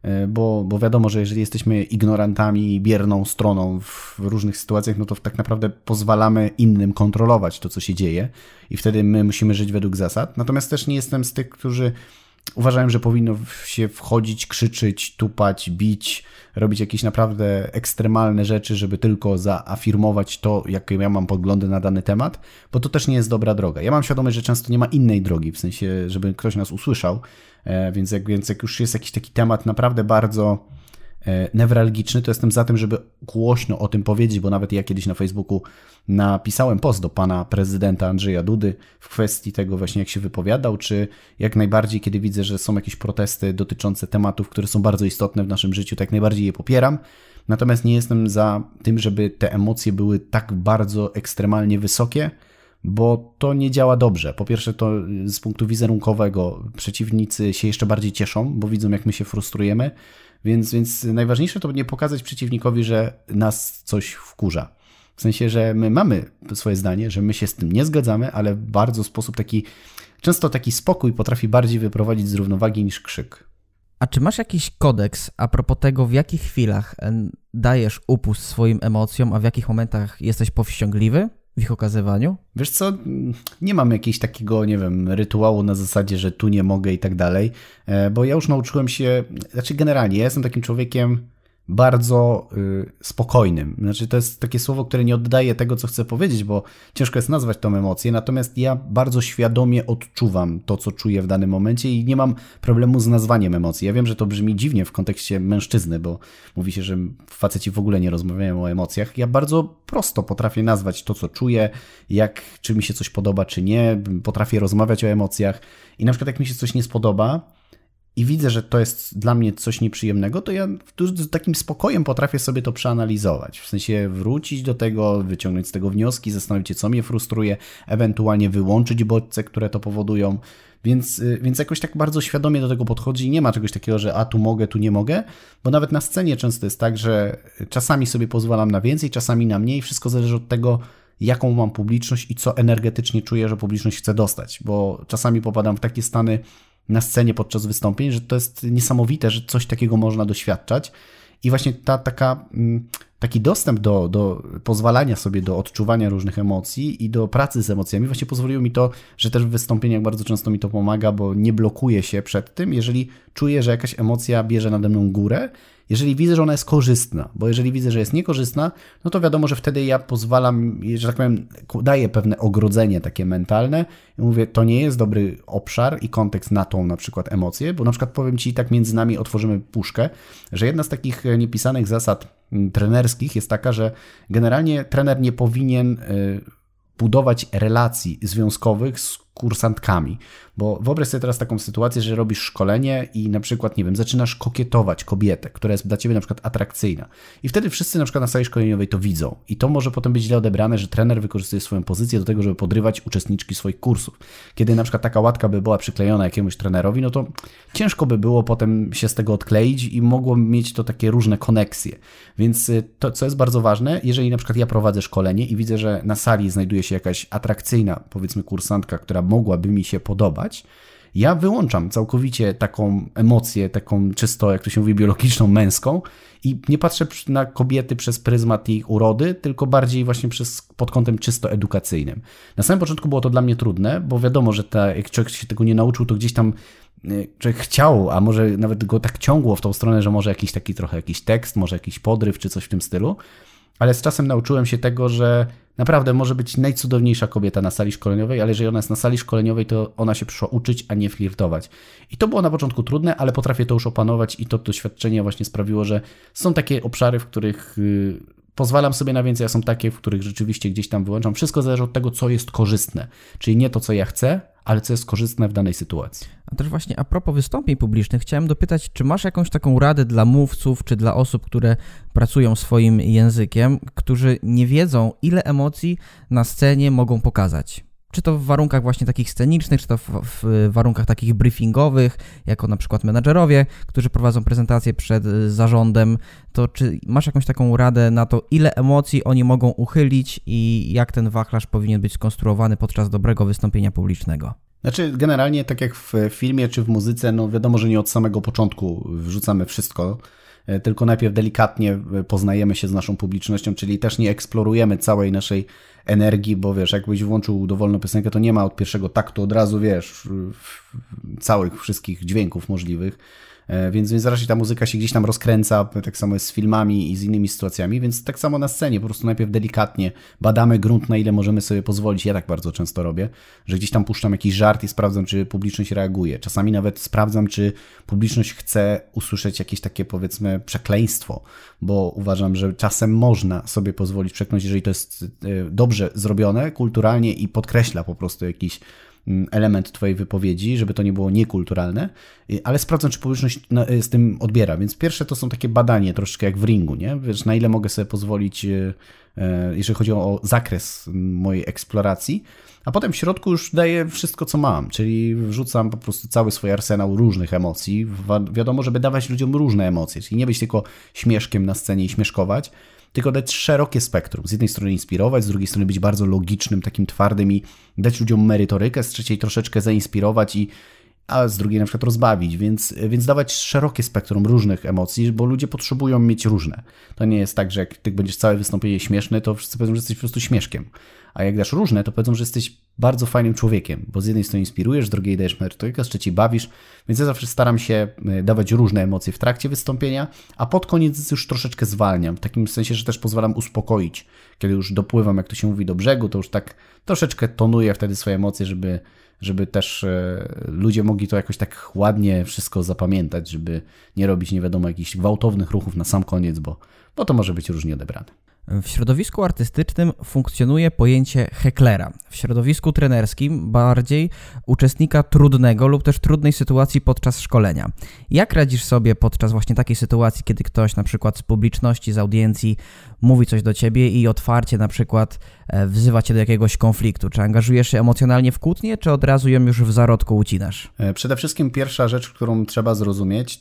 bo wiadomo, że jeżeli jesteśmy ignorantami, bierną stroną w różnych sytuacjach, no to tak naprawdę pozwalamy innym kontrolować to, co się dzieje i wtedy my musimy żyć według zasad. Natomiast też nie jestem z tych, którzy uważają, że powinno się wchodzić, krzyczeć, tupać, bić, robić jakieś naprawdę ekstremalne rzeczy, żeby tylko zaafirmować to, jakie ja mam poglądy na dany temat, bo to też nie jest dobra droga. Ja mam świadomość, że często nie ma innej drogi, w sensie, żeby ktoś nas usłyszał, więc jak już jest jakiś taki temat naprawdę bardzo newralgiczny, to jestem za tym, żeby głośno o tym powiedzieć, bo nawet ja kiedyś na Facebooku napisałem post do pana prezydenta Andrzeja Dudy w kwestii tego właśnie, jak się wypowiadał, czy jak najbardziej, kiedy widzę, że są jakieś protesty dotyczące tematów, które są bardzo istotne w naszym życiu, tak najbardziej je popieram. Natomiast nie jestem za tym, żeby te emocje były tak bardzo ekstremalnie wysokie, bo to nie działa dobrze. Po pierwsze, to z punktu wizerunkowego przeciwnicy się jeszcze bardziej cieszą, bo widzą, jak my się frustrujemy, więc najważniejsze to nie pokazać przeciwnikowi, że nas coś wkurza. W sensie, że my mamy swoje zdanie, że my się z tym nie zgadzamy, ale w bardzo sposób często taki spokój potrafi bardziej wyprowadzić z równowagi niż krzyk. A czy masz jakiś kodeks a propos tego, w jakich chwilach dajesz upust swoim emocjom, a w jakich momentach jesteś powściągliwy? w ich okazywaniu? Wiesz co, nie mam jakiegoś takiego, nie wiem, rytuału na zasadzie, że tu nie mogę i tak dalej, bo ja już nauczyłem się, znaczy generalnie, ja jestem takim człowiekiem bardzo spokojnym. Znaczy to jest takie słowo, które nie oddaje tego, co chcę powiedzieć, bo ciężko jest nazwać tą emocję, natomiast ja bardzo świadomie odczuwam to, co czuję w danym momencie i nie mam problemu z nazwaniem emocji. Ja wiem, że to brzmi dziwnie w kontekście mężczyzny, bo mówi się, że faceci w ogóle nie rozmawiają o emocjach. Ja bardzo prosto potrafię nazwać to, co czuję, czy mi się coś podoba, czy nie. Potrafię rozmawiać o emocjach i na przykład jak mi się coś nie spodoba, i widzę, że to jest dla mnie coś nieprzyjemnego, to ja z takim spokojem potrafię sobie to przeanalizować. W sensie wrócić do tego, wyciągnąć z tego wnioski, zastanowić się, co mnie frustruje, ewentualnie wyłączyć bodźce, które to powodują. Więc jakoś tak bardzo świadomie do tego podchodzi i nie ma czegoś takiego, że tu mogę, tu nie mogę, bo nawet na scenie często jest tak, że czasami sobie pozwalam na więcej, czasami na mniej. Wszystko zależy od tego, jaką mam publiczność i co energetycznie czuję, że publiczność chce dostać, bo czasami popadam w takie stany na scenie podczas wystąpień, że to jest niesamowite, że coś takiego można doświadczać i właśnie taki dostęp do pozwalania sobie do odczuwania różnych emocji i do pracy z emocjami właśnie pozwoliło mi to, że też w wystąpieniach bardzo często mi to pomaga, bo nie blokuję się przed tym, jeżeli czuję, że jakaś emocja bierze nade mną górę, jeżeli widzę, że ona jest korzystna, bo jeżeli widzę, że jest niekorzystna, no to wiadomo, że wtedy ja pozwalam, że tak powiem, daję pewne ogrodzenie takie mentalne i mówię, to nie jest dobry obszar i kontekst na tą na przykład emocję, bo na przykład powiem Ci, tak między nami otworzymy puszkę, że jedna z takich niepisanych zasad trenerskich jest taka, że generalnie trener nie powinien budować relacji związkowych z kursantkami, bo wyobraź sobie teraz taką sytuację, że robisz szkolenie i na przykład, nie wiem, zaczynasz kokietować kobietę, która jest dla Ciebie na przykład atrakcyjna i wtedy wszyscy na przykład na sali szkoleniowej to widzą i to może potem być źle odebrane, że trener wykorzystuje swoją pozycję do tego, żeby podrywać uczestniczki swoich kursów. Kiedy na przykład taka łatka by była przyklejona jakiemuś trenerowi, no to ciężko by było potem się z tego odkleić i mogło mieć to takie różne koneksje. Więc to, co jest bardzo ważne, jeżeli na przykład ja prowadzę szkolenie i widzę, że na sali znajduje się jakaś atrakcyjna, powiedzmy kursantka, która mogłaby mi się podobać, ja wyłączam całkowicie taką emocję, taką czysto, jak to się mówi, biologiczną, męską i nie patrzę na kobiety przez pryzmat ich urody, tylko bardziej właśnie pod kątem czysto edukacyjnym. Na samym początku było to dla mnie trudne, bo wiadomo, że jak człowiek się tego nie nauczył, to gdzieś tam człowiek chciał, a może nawet go tak ciągło w tą stronę, że może jakiś taki trochę jakiś tekst, może jakiś podryw czy coś w tym stylu, ale z czasem nauczyłem się tego, że naprawdę może być najcudowniejsza kobieta na sali szkoleniowej, ale jeżeli ona jest na sali szkoleniowej, to ona się przyszła uczyć, a nie flirtować. I to było na początku trudne, ale potrafię to już opanować i to doświadczenie właśnie sprawiło, że są takie obszary, w których pozwalam sobie na więcej, a są takie, w których rzeczywiście gdzieś tam wyłączam. Wszystko zależy od tego, co jest korzystne. Czyli nie to, co ja chcę, ale co jest korzystne w danej sytuacji. A też właśnie a propos wystąpień publicznych, chciałem dopytać, czy masz jakąś taką radę dla mówców, czy dla osób, które pracują swoim językiem, którzy nie wiedzą, ile emocji na scenie mogą pokazać? Czy to w warunkach właśnie takich scenicznych, czy to w warunkach takich briefingowych, jako na przykład menadżerowie, którzy prowadzą prezentacje przed zarządem, to czy masz jakąś taką radę na to, ile emocji oni mogą uchylić i jak ten wachlarz powinien być skonstruowany podczas dobrego wystąpienia publicznego? Znaczy generalnie tak jak w filmie czy w muzyce, no wiadomo, że nie od samego początku wrzucamy wszystko, tylko najpierw delikatnie poznajemy się z naszą publicznością, czyli też nie eksplorujemy całej naszej energii, bo wiesz, jakbyś włączył dowolną piosenkę, to nie ma od pierwszego taktu od razu, wiesz, całych wszystkich dźwięków możliwych, więc raczej ta muzyka się gdzieś tam rozkręca, tak samo jest z filmami i z innymi sytuacjami, więc tak samo na scenie, po prostu najpierw delikatnie badamy grunt, na ile możemy sobie pozwolić. Ja tak bardzo często robię, że gdzieś tam puszczam jakiś żart i sprawdzam, czy publiczność reaguje. Czasami nawet sprawdzam, czy publiczność chce usłyszeć jakieś takie, powiedzmy, przekleństwo, bo uważam, że czasem można sobie pozwolić przekląć, jeżeli to jest dobrze zrobione, kulturalnie i podkreśla po prostu jakiś element twojej wypowiedzi, żeby to nie było niekulturalne, ale sprawdzam, czy publiczność z tym odbiera. Więc pierwsze to są takie badanie, troszeczkę jak w ringu, nie? Wiesz, na ile mogę sobie pozwolić, jeżeli chodzi o zakres mojej eksploracji, a potem w środku już daję wszystko, co mam, czyli wrzucam po prostu cały swój arsenał różnych emocji. Wiadomo, żeby dawać ludziom różne emocje, czyli nie być tylko śmieszkiem na scenie i śmieszkować, tylko dać szerokie spektrum. Z jednej strony inspirować, z drugiej strony być bardzo logicznym, takim twardym i dać ludziom merytorykę, z trzeciej troszeczkę zainspirować, a z drugiej na przykład rozbawić, więc dawać szerokie spektrum różnych emocji, bo ludzie potrzebują mieć różne. To nie jest tak, że jak ty będziesz całe wystąpienie śmieszny, to wszyscy powiedzą, że jesteś po prostu śmieszkiem. A jak dasz różne, to powiedzą, że jesteś bardzo fajnym człowiekiem, bo z jednej strony inspirujesz, z drugiej dajesz merytorykę, z trzeciej bawisz, więc ja zawsze staram się dawać różne emocje w trakcie wystąpienia, a pod koniec już troszeczkę zwalniam, w takim sensie, że też pozwalam uspokoić. Kiedy już dopływam, jak to się mówi, do brzegu, to już tak troszeczkę tonuję wtedy swoje emocje, żeby też ludzie mogli to jakoś tak ładnie wszystko zapamiętać, żeby nie robić nie wiadomo jakichś gwałtownych ruchów na sam koniec, bo to może być różnie odebrane. W środowisku artystycznym funkcjonuje pojęcie heklera. W środowisku trenerskim bardziej uczestnika trudnego lub też trudnej sytuacji podczas szkolenia. Jak radzisz sobie podczas właśnie takiej sytuacji, kiedy ktoś na przykład z publiczności, z audiencji mówi coś do ciebie i otwarcie na przykład wzywa cię do jakiegoś konfliktu? Czy angażujesz się emocjonalnie w kłótnię, czy od razu ją już w zarodku ucinasz? Przede wszystkim pierwsza rzecz, którą trzeba zrozumieć,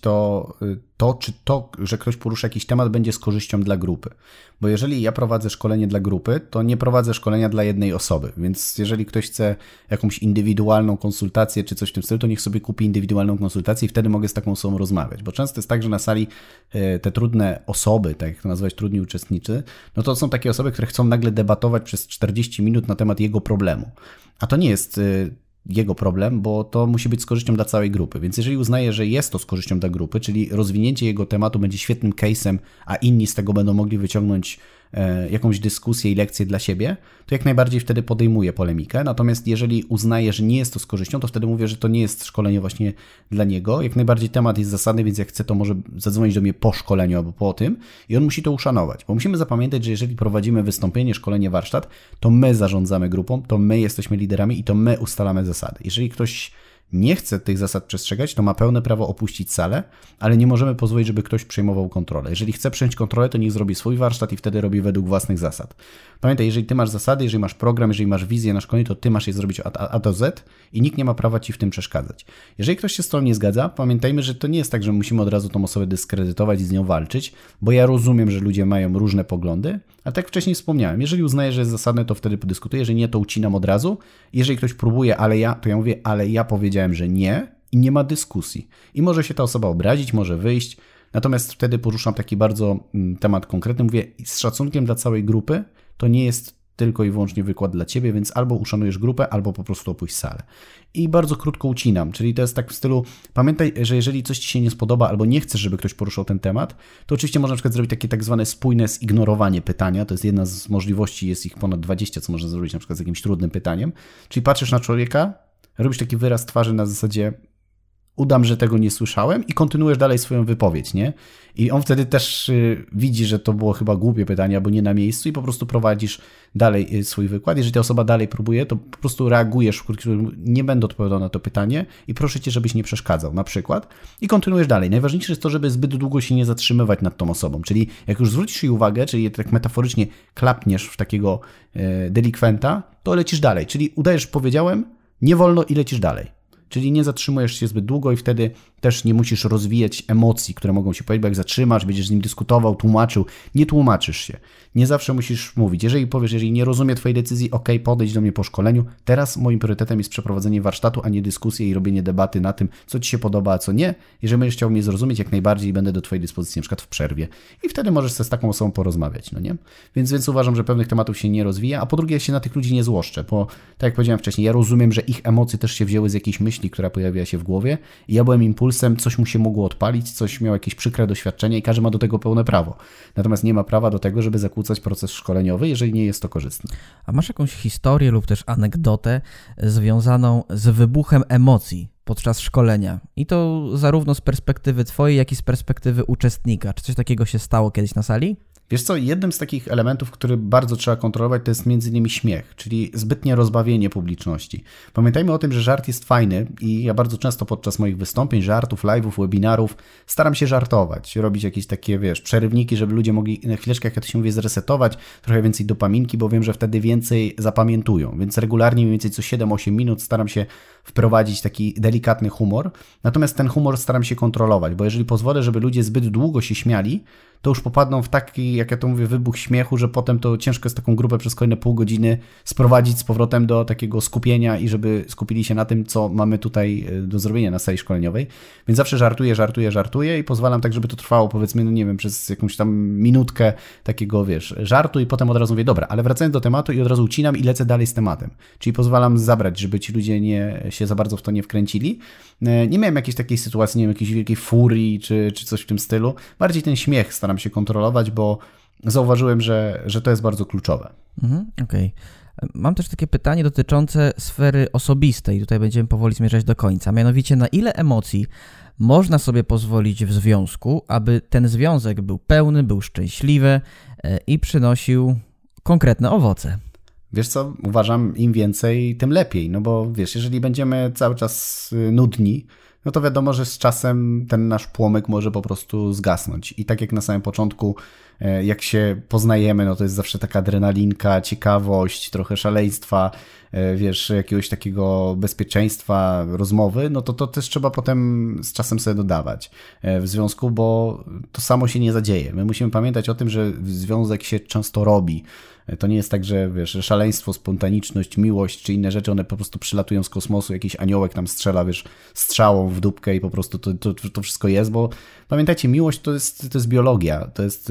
czy że ktoś porusza jakiś temat, będzie z korzyścią dla grupy. Bo jeżeli ja prowadzę szkolenie dla grupy, to nie prowadzę szkolenia dla jednej osoby, więc jeżeli ktoś chce jakąś indywidualną konsultację czy coś w tym stylu, to niech sobie kupi indywidualną konsultację i wtedy mogę z taką osobą rozmawiać. Bo często jest tak, że na sali te trudne osoby, tak jak to nazwać, trudni uczestnicy, no to są takie osoby, które chcą nagle debatować przez 40 minut na temat jego problemu. A to nie jest jego problem, bo to musi być z korzyścią dla całej grupy. Więc jeżeli uznaje, że jest to z korzyścią dla grupy, czyli rozwinięcie jego tematu będzie świetnym case'em, a inni z tego będą mogli wyciągnąć jakąś dyskusję i lekcję dla siebie, to jak najbardziej wtedy podejmuję polemikę. Natomiast jeżeli uznaje, że nie jest to z korzyścią, to wtedy mówię, że to nie jest szkolenie właśnie dla niego. Jak najbardziej temat jest zasadny, więc jak chce, to może zadzwonić do mnie po szkoleniu albo po tym i on musi to uszanować. Bo musimy zapamiętać, że jeżeli prowadzimy wystąpienie, szkolenie, warsztat, to my zarządzamy grupą, to my jesteśmy liderami i to my ustalamy zasady. Jeżeli ktoś nie chce tych zasad przestrzegać, to ma pełne prawo opuścić salę, ale nie możemy pozwolić, żeby ktoś przejmował kontrolę. Jeżeli chce przejąć kontrolę, to niech zrobi swój warsztat i wtedy robi według własnych zasad. Pamiętaj, jeżeli ty masz zasady, jeżeli masz program, jeżeli masz wizję na szkolenie, to ty masz je zrobić od A do Z i nikt nie ma prawa ci w tym przeszkadzać. Jeżeli ktoś się z tą nie zgadza, pamiętajmy, że to nie jest tak, że musimy od razu tą osobę dyskredytować i z nią walczyć, bo ja rozumiem, że ludzie mają różne poglądy, a tak jak wcześniej wspomniałem, jeżeli uznaję, że jest zasadne, to wtedy podyskutuję, jeżeli nie, to ucinam od razu. Jeżeli ktoś próbuje, to ja mówię, ale ja powiedziałem, że nie i nie ma dyskusji. I może się ta osoba obrazić, może wyjść, natomiast wtedy poruszam taki bardzo temat konkretny, mówię, z szacunkiem dla całej grupy, to nie jest tylko i wyłącznie wykład dla ciebie, więc albo uszanujesz grupę, albo po prostu opuść salę. I bardzo krótko ucinam, czyli to jest tak w stylu, pamiętaj, że jeżeli coś ci się nie spodoba, albo nie chcesz, żeby ktoś poruszał ten temat, to oczywiście można na przykład zrobić takie tak zwane spójne zignorowanie pytania, to jest jedna z możliwości, jest ich ponad 20, co można zrobić na przykład z jakimś trudnym pytaniem, czyli patrzysz na człowieka, robisz taki wyraz twarzy na zasadzie udam, że tego nie słyszałem i kontynuujesz dalej swoją wypowiedź, nie? I on wtedy też widzi, że to było chyba głupie pytanie, albo nie na miejscu i po prostu prowadzisz dalej swój wykład. Jeżeli ta osoba dalej próbuje, to po prostu reagujesz, nie będę odpowiadał na to pytanie i proszę cię, żebyś nie przeszkadzał, na przykład, i kontynuujesz dalej. Najważniejsze jest to, żeby zbyt długo się nie zatrzymywać nad tą osobą, czyli jak już zwrócisz jej uwagę, czyli tak metaforycznie klapniesz w takiego delikwenta, to lecisz dalej, czyli udajesz, powiedziałem, nie wolno i lecisz dalej. Czyli nie zatrzymujesz się zbyt długo i wtedy też nie musisz rozwijać emocji, które mogą się pojawić, bo jak zatrzymasz, będziesz z nim dyskutował, tłumaczył, nie tłumaczysz się. Nie zawsze musisz mówić. Jeżeli powiesz, jeżeli nie rozumie twojej decyzji, podejdź do mnie po szkoleniu. Teraz moim priorytetem jest przeprowadzenie warsztatu, a nie dyskusje i robienie debaty na tym, co ci się podoba, a co nie. Jeżeli będziesz chciał mnie zrozumieć, jak najbardziej będę do twojej dyspozycji, na przykład w przerwie. I wtedy możesz z taką osobą porozmawiać, no nie? Więc uważam, że pewnych tematów się nie rozwija, a po drugie się na tych ludzi nie złoszczę, bo tak jak powiedziałem wcześniej, ja rozumiem, że ich emocje też się wzięły z jakiejś myśli, która pojawia się w głowie i ja byłem impulsem, coś mu się mogło odpalić, coś miał jakieś przykre doświadczenie i każdy ma do tego pełne prawo. Natomiast nie ma prawa do tego, żeby zakłócać proces szkoleniowy, jeżeli nie jest to korzystne. A masz jakąś historię lub też anegdotę związaną z wybuchem emocji podczas szkolenia? I to zarówno z perspektywy twojej, jak i z perspektywy uczestnika. Czy coś takiego się stało kiedyś na sali? Wiesz co, jednym z takich elementów, który bardzo trzeba kontrolować, to jest m.in. śmiech, czyli zbytnie rozbawienie publiczności. Pamiętajmy o tym, że żart jest fajny i ja bardzo często podczas moich wystąpień, żartów, live'ów, webinarów staram się żartować, robić jakieś takie, przerywniki, żeby ludzie mogli na chwileczkę, jak to się mówi, zresetować, trochę więcej dopaminki, bo wiem, że wtedy więcej zapamiętują, więc regularnie mniej więcej co 7-8 minut staram się wprowadzić taki delikatny humor, natomiast ten humor staram się kontrolować, bo jeżeli pozwolę, żeby ludzie zbyt długo się śmiali, to już popadną w taki, jak ja to mówię, wybuch śmiechu, że potem to ciężko jest taką grupę przez kolejne pół godziny sprowadzić z powrotem do takiego skupienia i żeby skupili się na tym, co mamy tutaj do zrobienia na sali szkoleniowej. Więc zawsze żartuję i pozwalam tak, żeby to trwało, powiedzmy, no nie wiem, przez jakąś tam minutkę takiego, wiesz, żartu i potem od razu mówię, dobra, ale wracając do tematu i od razu ucinam i lecę dalej z tematem. Czyli pozwalam zabrać, żeby ci ludzie się za bardzo w to nie wkręcili. Nie miałem jakiejś takiej sytuacji, nie wiem, jakiejś wielkiej furii czy coś w tym stylu. Bardziej ten śmiech staram się kontrolować, bo zauważyłem, że to jest bardzo kluczowe. Okej. Mam też takie pytanie dotyczące sfery osobistej. Tutaj będziemy powoli zmierzać do końca. Mianowicie, na ile emocji można sobie pozwolić w związku, aby ten związek był pełny, był szczęśliwy i przynosił konkretne owoce? Wiesz co, uważam, im więcej, tym lepiej, no bo wiesz, jeżeli będziemy cały czas nudni, no to wiadomo, że z czasem ten nasz płomyk może po prostu zgasnąć. I tak jak na samym początku, jak się poznajemy, no to jest zawsze taka adrenalinka, ciekawość, trochę szaleństwa, wiesz, jakiegoś takiego bezpieczeństwa, rozmowy, no to też trzeba potem z czasem sobie dodawać w związku, bo to samo się nie zadzieje. My musimy pamiętać o tym, że związek się często robi. To nie jest tak, że wiesz, że szaleństwo, spontaniczność, miłość czy inne rzeczy, one po prostu przylatują z kosmosu, jakiś aniołek tam strzela, wiesz, strzałą w dupkę i po prostu to wszystko jest, bo pamiętajcie, miłość to jest biologia,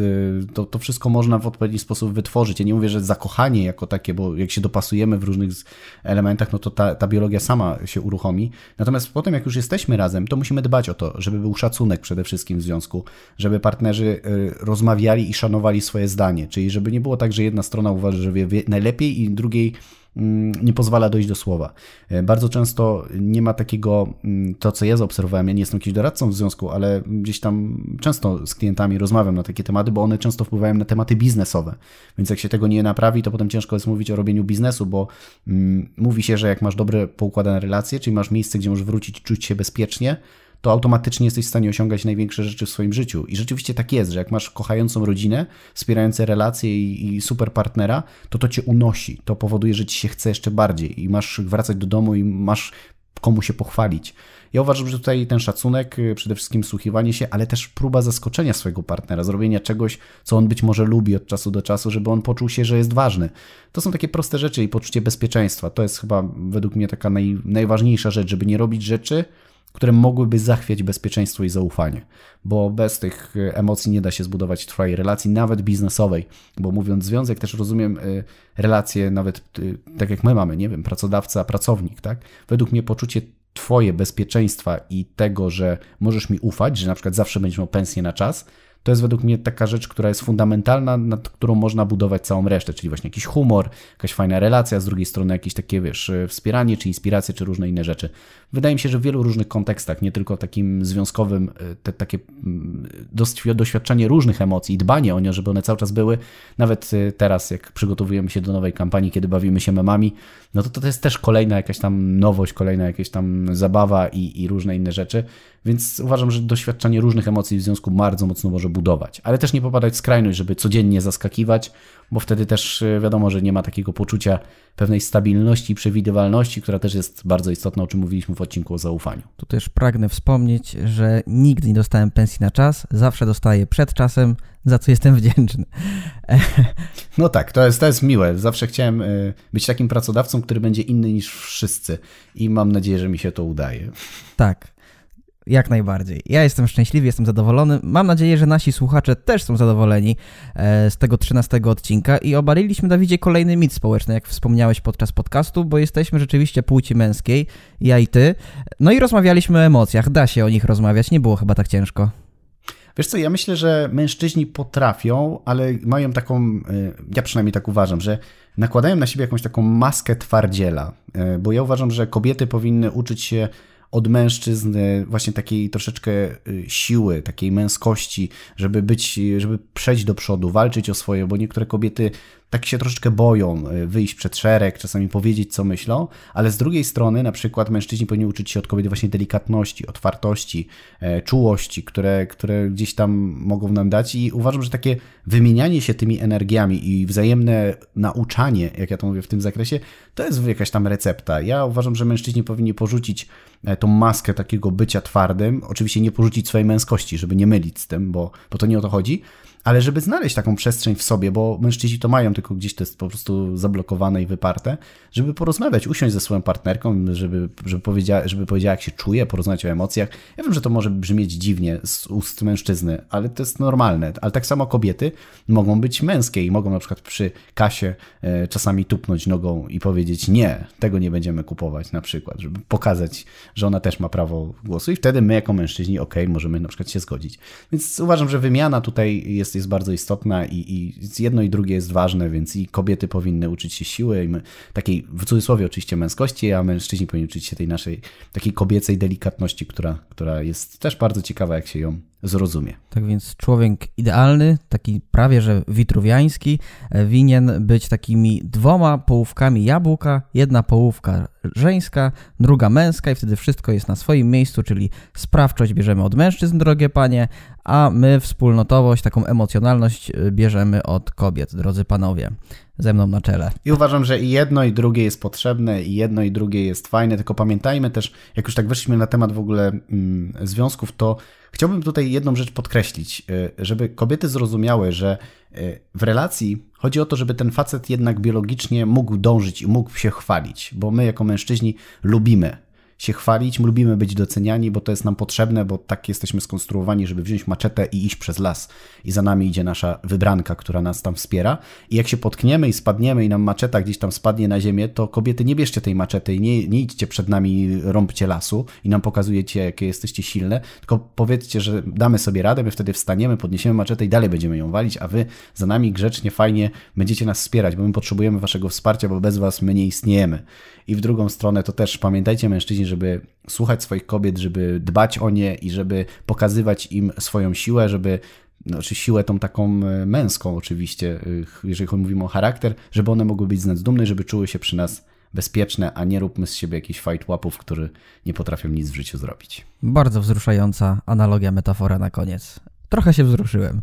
to wszystko można w odpowiedni sposób wytworzyć. Ja nie mówię, że zakochanie jako takie, bo jak się dopasujemy w różnych elementach, no to ta biologia sama się uruchomi. Natomiast potem, jak już jesteśmy razem, to musimy dbać o to, żeby był szacunek przede wszystkim w związku, żeby partnerzy rozmawiali i szanowali swoje zdanie, czyli żeby nie było tak, że jedna strona uważa, że wie najlepiej i drugiej nie pozwala dojść do słowa. Bardzo często nie ma takiego, to co ja zaobserwowałem, ja nie jestem jakimś doradcą w związku, ale gdzieś tam często z klientami rozmawiam na takie tematy, bo one często wpływają na tematy biznesowe, więc jak się tego nie naprawi, to potem ciężko jest mówić o robieniu biznesu, bo mówi się, że jak masz dobre poukładane relacje, czyli masz miejsce, gdzie możesz wrócić i czuć się bezpiecznie, to automatycznie jesteś w stanie osiągać największe rzeczy w swoim życiu. I rzeczywiście tak jest, że jak masz kochającą rodzinę, wspierające relacje i super partnera, to cię unosi. To powoduje, że ci się chce jeszcze bardziej i masz wracać do domu i masz komu się pochwalić. Ja uważam, że tutaj ten szacunek, przede wszystkim wsłuchiwanie się, ale też próba zaskoczenia swojego partnera, zrobienia czegoś, co on być może lubi od czasu do czasu, żeby on poczuł się, że jest ważny. To są takie proste rzeczy i poczucie bezpieczeństwa. To jest chyba według mnie taka najważniejsza rzecz, żeby nie robić rzeczy, które mogłyby zachwiać bezpieczeństwo i zaufanie, bo bez tych emocji nie da się zbudować trwałej relacji, nawet biznesowej, bo mówiąc związek też rozumiem relacje nawet tak jak my mamy, nie wiem, pracodawca, pracownik, tak? Według mnie poczucie twoje bezpieczeństwa i tego, że możesz mi ufać, że na przykład zawsze będziesz miał pensję na czas, to jest według mnie taka rzecz, która jest fundamentalna, nad którą można budować całą resztę, czyli właśnie jakiś humor, jakaś fajna relacja, z drugiej strony jakieś takie, wiesz, wspieranie, czy inspiracje, czy różne inne rzeczy. Wydaje mi się, że w wielu różnych kontekstach, nie tylko takim związkowym, takie doświadczenie różnych emocji, dbanie o nie, żeby one cały czas były, nawet teraz, jak przygotowujemy się do nowej kampanii, kiedy bawimy się memami, no to jest też kolejna jakaś tam nowość, kolejna jakaś tam zabawa i różne inne rzeczy, więc uważam, że doświadczanie różnych emocji w związku bardzo mocno może budować, ale też nie popadać w skrajność, żeby codziennie zaskakiwać, bo wtedy też wiadomo, że nie ma takiego poczucia pewnej stabilności i przewidywalności, która też jest bardzo istotna, o czym mówiliśmy w odcinku o zaufaniu. Tu też pragnę wspomnieć, że nigdy nie dostałem pensji na czas, zawsze dostaję przed czasem, za co jestem wdzięczny. No tak, to jest miłe. Zawsze chciałem być takim pracodawcą, który będzie inny niż wszyscy i mam nadzieję, że mi się to udaje. Tak. Jak najbardziej. Ja jestem szczęśliwy, jestem zadowolony. Mam nadzieję, że nasi słuchacze też są zadowoleni z tego 13 odcinka i obaliliśmy, Dawidzie, kolejny mit społeczny, jak wspomniałeś podczas podcastu, bo jesteśmy rzeczywiście płci męskiej, ja i ty. No i rozmawialiśmy o emocjach. Da się o nich rozmawiać, nie było chyba tak ciężko. Wiesz co, ja myślę, że mężczyźni potrafią, ale mają taką, ja przynajmniej tak uważam, że nakładają na siebie jakąś taką maskę twardziela, bo ja uważam, że kobiety powinny uczyć się od mężczyzn właśnie takiej troszeczkę siły, takiej męskości, żeby przejść do przodu, walczyć o swoje, bo niektóre kobiety tak się troszeczkę boją wyjść przed szereg, czasami powiedzieć, co myślą, ale z drugiej strony na przykład mężczyźni powinni uczyć się od kobiety właśnie delikatności, otwartości, czułości, które gdzieś tam mogą nam dać i uważam, że takie wymienianie się tymi energiami i wzajemne nauczanie, jak ja to mówię w tym zakresie, to jest jakaś tam recepta. Ja uważam, że mężczyźni powinni porzucić tą maskę takiego bycia twardym, oczywiście nie porzucić swojej męskości, żeby nie mylić z tym, bo to nie o to chodzi, ale żeby znaleźć taką przestrzeń w sobie, bo mężczyźni to mają, tylko gdzieś to jest po prostu zablokowane i wyparte, żeby porozmawiać, usiąść ze swoją partnerką, żeby powiedziała, jak się czuje, porozmawiać o emocjach. Ja wiem, że to może brzmieć dziwnie z ust mężczyzny, ale to jest normalne. Ale tak samo kobiety mogą być męskie i mogą na przykład przy kasie czasami tupnąć nogą i powiedzieć nie, tego nie będziemy kupować na przykład, żeby pokazać, że ona też ma prawo głosu i wtedy my jako mężczyźni możemy na przykład się zgodzić. Więc uważam, że wymiana tutaj jest bardzo istotna i jedno i drugie jest ważne, więc i kobiety powinny uczyć się siły, takiej w cudzysłowie oczywiście męskości, a mężczyźni powinni uczyć się tej naszej takiej kobiecej delikatności, która jest też bardzo ciekawa, jak się ją zrozumie. Tak więc człowiek idealny, taki prawie że witruwiański, winien być takimi 2 połówkami jabłka, jedna połówka żeńska, druga męska i wtedy wszystko jest na swoim miejscu, czyli sprawczość bierzemy od mężczyzn, drogie panie, a my wspólnotowość, taką emocjonalność bierzemy od kobiet, drodzy panowie. Ze mną na czele. I uważam, że i jedno i drugie jest potrzebne i jedno i drugie jest fajne, tylko pamiętajmy też, jak już tak weszliśmy na temat w ogóle związków, to chciałbym tutaj jedną rzecz podkreślić, żeby kobiety zrozumiały, że w relacji chodzi o to, żeby ten facet jednak biologicznie mógł dążyć i mógł się chwalić, bo my jako mężczyźni lubimy się chwalić, lubimy być doceniani, bo to jest nam potrzebne, bo tak jesteśmy skonstruowani, żeby wziąć maczetę i iść przez las i za nami idzie nasza wybranka, która nas tam wspiera i jak się potkniemy i spadniemy i nam maczeta gdzieś tam spadnie na ziemię, to kobiety nie bierzcie tej maczety i nie idźcie przed nami, rąbcie lasu i nam pokazujecie, jakie jesteście silne, tylko powiedzcie, że damy sobie radę, my wtedy wstaniemy, podniesiemy maczetę i dalej będziemy ją walić, a wy za nami grzecznie, fajnie będziecie nas wspierać, bo my potrzebujemy waszego wsparcia, bo bez was my nie istniejemy. I w drugą stronę to też pamiętajcie mężczyźni, żeby słuchać swoich kobiet, żeby dbać o nie i żeby pokazywać im swoją siłę, czy siłę tą taką męską oczywiście, jeżeli mówimy o charakter, żeby one mogły być z nas dumne, żeby czuły się przy nas bezpieczne, a nie róbmy z siebie jakiś fight łapów, który nie potrafią nic w życiu zrobić. Bardzo wzruszająca analogia, metafora na koniec. Trochę się wzruszyłem.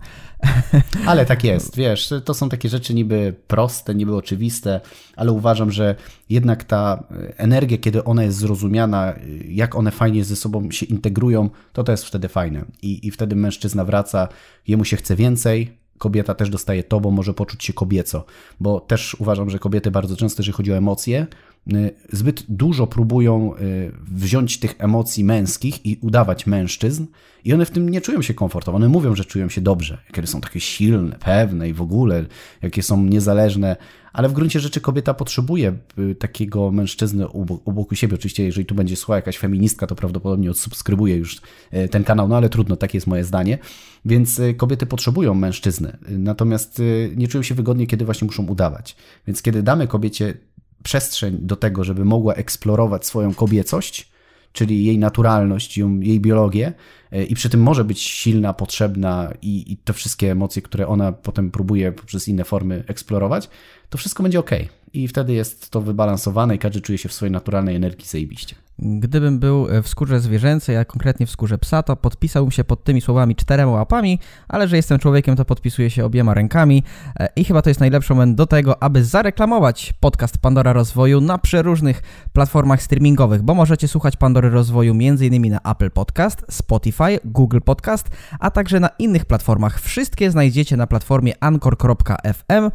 Ale tak jest, wiesz, to są takie rzeczy niby proste, niby oczywiste, ale uważam, że jednak ta energia, kiedy ona jest zrozumiana, jak one fajnie ze sobą się integrują, to jest wtedy fajne. I wtedy mężczyzna wraca, jemu się chce więcej, kobieta też dostaje to, bo może poczuć się kobieco. Bo też uważam, że kobiety bardzo często, jeżeli chodzi o emocje, zbyt dużo próbują wziąć tych emocji męskich i udawać mężczyzn i one w tym nie czują się komfortowo. One mówią, że czują się dobrze, jakie są takie silne, pewne i w ogóle, jakie są niezależne, ale w gruncie rzeczy kobieta potrzebuje takiego mężczyzny u boku siebie. Oczywiście, jeżeli tu będzie słuchała jakaś feministka, to prawdopodobnie odsubskrybuje już ten kanał, no ale trudno, takie jest moje zdanie. Więc kobiety potrzebują mężczyzny, natomiast nie czują się wygodnie, kiedy właśnie muszą udawać. Więc kiedy damy kobiecie przestrzeń do tego, żeby mogła eksplorować swoją kobiecość, czyli jej naturalność, jej biologię i przy tym może być silna, potrzebna i te wszystkie emocje, które ona potem próbuje poprzez inne formy eksplorować, to wszystko będzie okej. I wtedy jest to wybalansowane i każdy czuje się w swojej naturalnej energii zajebiście. Gdybym był w skórze zwierzęcej, a konkretnie w skórze psa, to podpisałbym się pod tymi słowami 4 łapami, ale że jestem człowiekiem, to podpisuję się 2 rękami i chyba to jest najlepszy moment do tego, aby zareklamować podcast Pandora Rozwoju na przeróżnych platformach streamingowych, bo możecie słuchać Pandory Rozwoju m.in. na Apple Podcast, Spotify, Google Podcast, a także na innych platformach. Wszystkie znajdziecie na platformie anchor.fm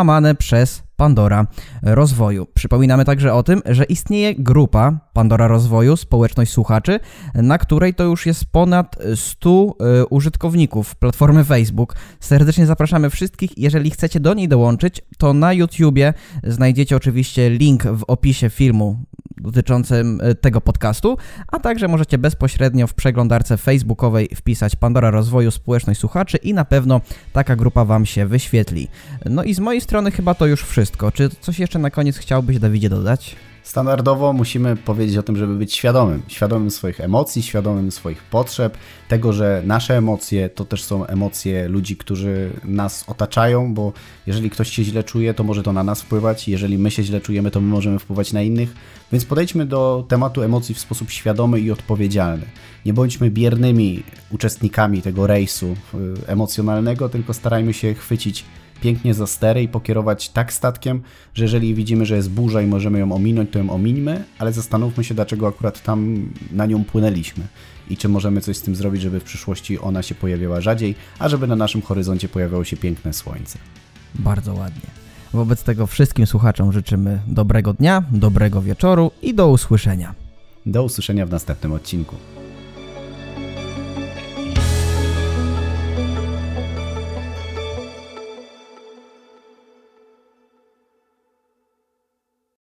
/ Pandora Rozwoju. Przypominamy także o tym, że istnieje grupa Pandora Rozwoju, społeczność słuchaczy, na której to już jest ponad 100 użytkowników platformy Facebook. Serdecznie zapraszamy wszystkich. Jeżeli chcecie do niej dołączyć, to na YouTubie znajdziecie oczywiście link w opisie filmu dotyczącym tego podcastu, a także możecie bezpośrednio w przeglądarce facebookowej wpisać Pandora Rozwoju, społeczność słuchaczy i na pewno taka grupa Wam się wyświetli. No i z mojej strony chyba to już wszystko. Czy coś jeszcze na koniec chciałbyś, Dawidzie, dodać? Standardowo musimy powiedzieć o tym, żeby być świadomym swoich emocji, świadomym swoich potrzeb, tego, że nasze emocje to też są emocje ludzi, którzy nas otaczają, bo jeżeli ktoś się źle czuje, to może to na nas wpływać, jeżeli my się źle czujemy, to my możemy wpływać na innych, więc podejdźmy do tematu emocji w sposób świadomy i odpowiedzialny. Nie bądźmy biernymi uczestnikami tego rejsu emocjonalnego, tylko starajmy się chwycić pięknie za stery i pokierować tak statkiem, że jeżeli widzimy, że jest burza i możemy ją ominąć, to ją omińmy, ale zastanówmy się, dlaczego akurat tam na nią płynęliśmy i czy możemy coś z tym zrobić, żeby w przyszłości ona się pojawiała rzadziej, a żeby na naszym horyzoncie pojawiało się piękne słońce. Bardzo ładnie. Wobec tego wszystkim słuchaczom życzymy dobrego dnia, dobrego wieczoru i do usłyszenia. Do usłyszenia w następnym odcinku.